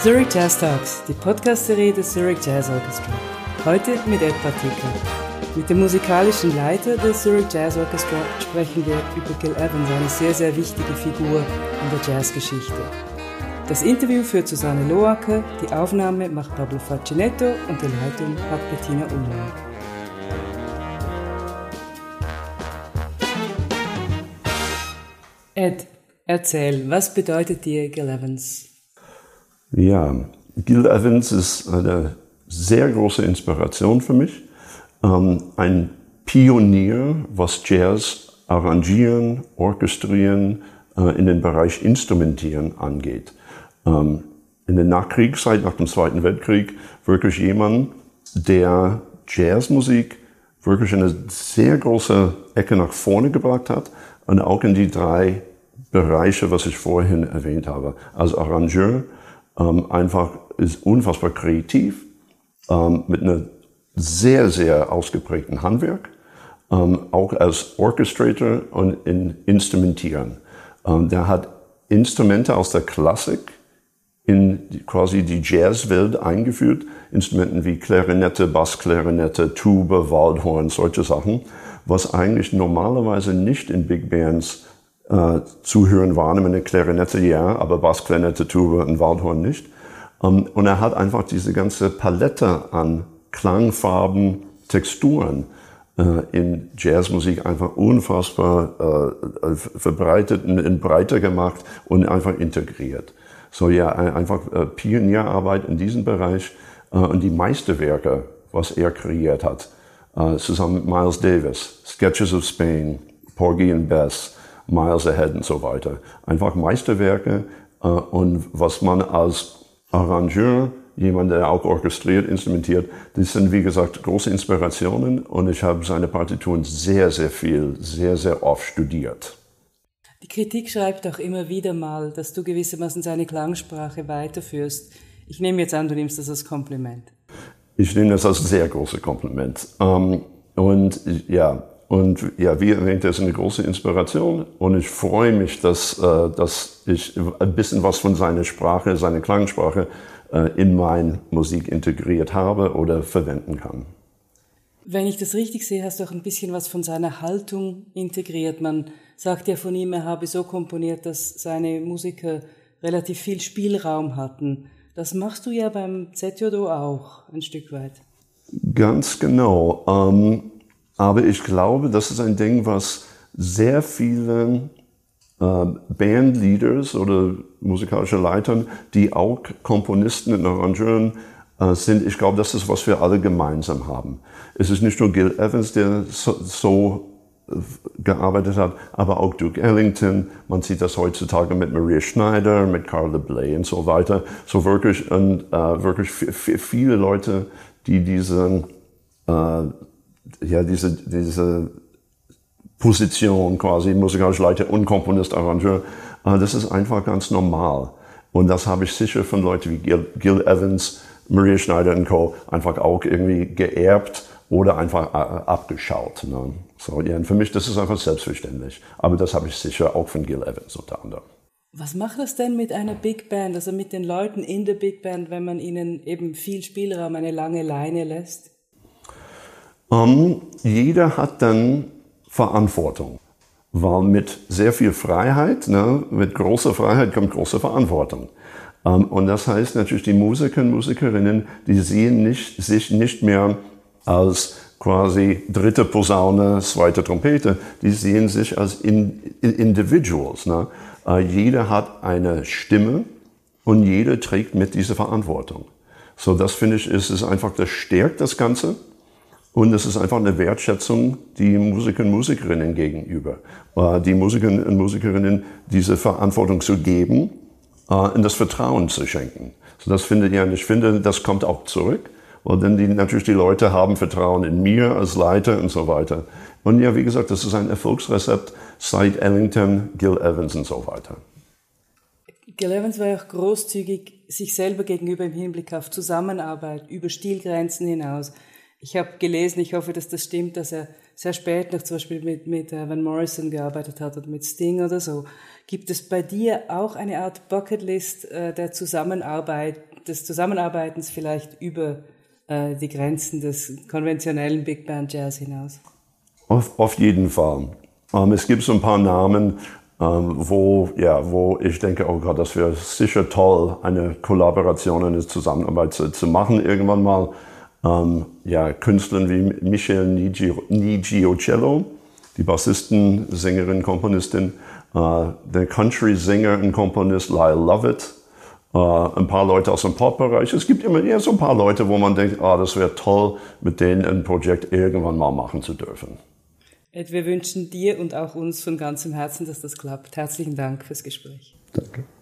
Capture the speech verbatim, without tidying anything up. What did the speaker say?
Zurich Jazz Talks, die Podcast-Serie des Zurich Jazz Orchestra. Heute mit Ed Partyka. Mit dem musikalischen Leiter des Zurich Jazz Orchestra sprechen wir über Gil Evans, eine sehr, sehr wichtige Figur in der Jazzgeschichte. Das Interview führt Susanne Loacker, die Aufnahme macht Pablo Facinetto und die Leitung hat Bettina Ullmann. Ed, erzähl, was bedeutet dir Gil Evans? Ja, Gil Evans ist eine sehr große Inspiration für mich. Ähm, ein Pionier, was Jazz arrangieren, orchestrieren, äh, in den Bereich Instrumentieren angeht. Ähm, in der Nachkriegszeit, nach dem Zweiten Weltkrieg, wirklich jemand, der Jazzmusik wirklich eine sehr große Ecke nach vorne gebracht hat und auch in die drei Bereiche, was ich vorhin erwähnt habe. Als Arrangeur, ähm, einfach ist unfassbar kreativ, ähm, mit einem sehr, sehr ausgeprägten Handwerk, ähm, auch als Orchestrator und in Instrumentieren. Ähm, der hat Instrumente aus der Klassik in die, quasi die Jazzwelt eingeführt. Instrumenten wie Klarinette, Bassklarinette, Tuba, Waldhorn, solche Sachen, was eigentlich normalerweise nicht in Big Bands äh, zu hören waren. Eine Klarinette ja, aber Bassklarinette, Tuba und Waldhorn nicht. Um, und er hat einfach diese ganze Palette an Klangfarben, Texturen äh, in Jazzmusik einfach unfassbar äh, verbreitet und in breiter gemacht und einfach integriert. So ja, einfach äh, Pionierarbeit in diesem Bereich äh, und die Meisterwerke, was er kreiert hat, äh, zusammen mit Miles Davis, Sketches of Spain, Porgy and Bess, Miles Ahead und so weiter. Einfach Meisterwerke äh, und was man als Arrangeur, jemand, der auch orchestriert, instrumentiert, das sind, wie gesagt, große Inspirationen und ich habe seine Partituren sehr, sehr viel, sehr, sehr oft studiert. Die Kritik schreibt auch immer wieder mal, dass du gewissermaßen seine Klangsprache weiterführst. Ich nehme jetzt an, du nimmst das als Kompliment. Ich nehme das als sehr großes Kompliment. Um, und ja, und ja, wie erwähnt, das ist eine große Inspiration und ich freue mich, dass, äh, dass ich ein bisschen was von seiner Sprache, seiner Klangsprache äh, in meine Musik integriert habe oder verwenden kann. Wenn ich das richtig sehe, hast du auch ein bisschen was von seiner Haltung integriert. Man sagt ja von ihm, er habe so komponiert, dass seine Musiker relativ viel Spielraum hatten. Das machst du ja beim Z J O auch ein Stück weit. Ganz genau. Ähm, Aber ich glaube, das ist ein Ding, was sehr viele äh, Bandleaders oder musikalische Leiter, die auch Komponisten und Arrangeuren äh, sind, ich glaube, das ist, was wir alle gemeinsam haben. Es ist nicht nur Gil Evans, der so, so äh, gearbeitet hat, aber auch Duke Ellington. Man sieht das heutzutage mit Maria Schneider, mit Carla Bley und so weiter. So wirklich, und, äh, wirklich f- f- viele Leute, die diese äh, ja, diese, diese Position quasi, musikalischer Leiter und Komponist, Arrangeur, das ist einfach ganz normal. Und das habe ich sicher von Leuten wie Gil, Gil Evans, Maria Schneider und Co. einfach auch irgendwie geerbt oder einfach abgeschaut. Ne? So, ja, und für mich, das ist einfach selbstverständlich. Aber das habe ich sicher auch von Gil Evans unter anderem. Was macht das denn mit einer Big Band, also mit den Leuten in der Big Band, wenn man ihnen eben viel Spielraum, eine lange Leine lässt? Um, jeder hat dann Verantwortung, weil mit sehr viel Freiheit, ne, mit großer Freiheit kommt große Verantwortung. Um, und das heißt natürlich, die Musiker und Musikerinnen, die sehen nicht, sich nicht mehr als quasi dritte Posaune, zweite Trompete, die sehen sich als in, in Individuals. Ne. Uh, jeder hat eine Stimme und jeder trägt mit dieser Verantwortung. So, das finde ich, ist, ist einfach, das stärkt das Ganze. Und es ist einfach eine Wertschätzung die Musiker und Musikerinnen gegenüber. Die Musiker und Musikerinnen diese Verantwortung zu geben und das Vertrauen zu schenken. So das finde ich, ich finde, das kommt auch zurück, weil dann die, natürlich die Leute haben Vertrauen in mir als Leiter und so weiter. Und ja, wie gesagt, das ist ein Erfolgsrezept seit Ellington, Gil Evans und so weiter. Gil Evans war ja auch großzügig sich selber gegenüber im Hinblick auf Zusammenarbeit über Stilgrenzen hinaus. Ich habe gelesen, ich hoffe, dass das stimmt, dass er sehr spät noch zum Beispiel mit, mit uh, Van Morrison gearbeitet hat oder mit Sting oder so. Gibt es bei dir auch eine Art Bucketlist uh, der Zusammenarbeit, des Zusammenarbeitens vielleicht über äh, die Grenzen des konventionellen Big Band Jazz hinaus? Auf, auf jeden Fall. Ähm, es gibt so ein paar Namen, ähm, wo, ja, wo ich denke, oh Gott, das wäre sicher toll, eine Kollaboration, eine Zusammenarbeit zu, zu machen irgendwann mal. Ähm, ja, Künstlern wie Michelle Nigiocello, die Bassistin, Sängerin, Komponistin, äh, der Country-Sänger und Komponist Lyle Lovett, äh, ein paar Leute aus dem Pop-Bereich. Es gibt immer ja, so ein paar Leute, wo man denkt, ah, das wäre toll, mit denen ein Projekt irgendwann mal machen zu dürfen. Ed, wir wünschen dir und auch uns von ganzem Herzen, dass das klappt. Herzlichen Dank fürs Gespräch. Danke.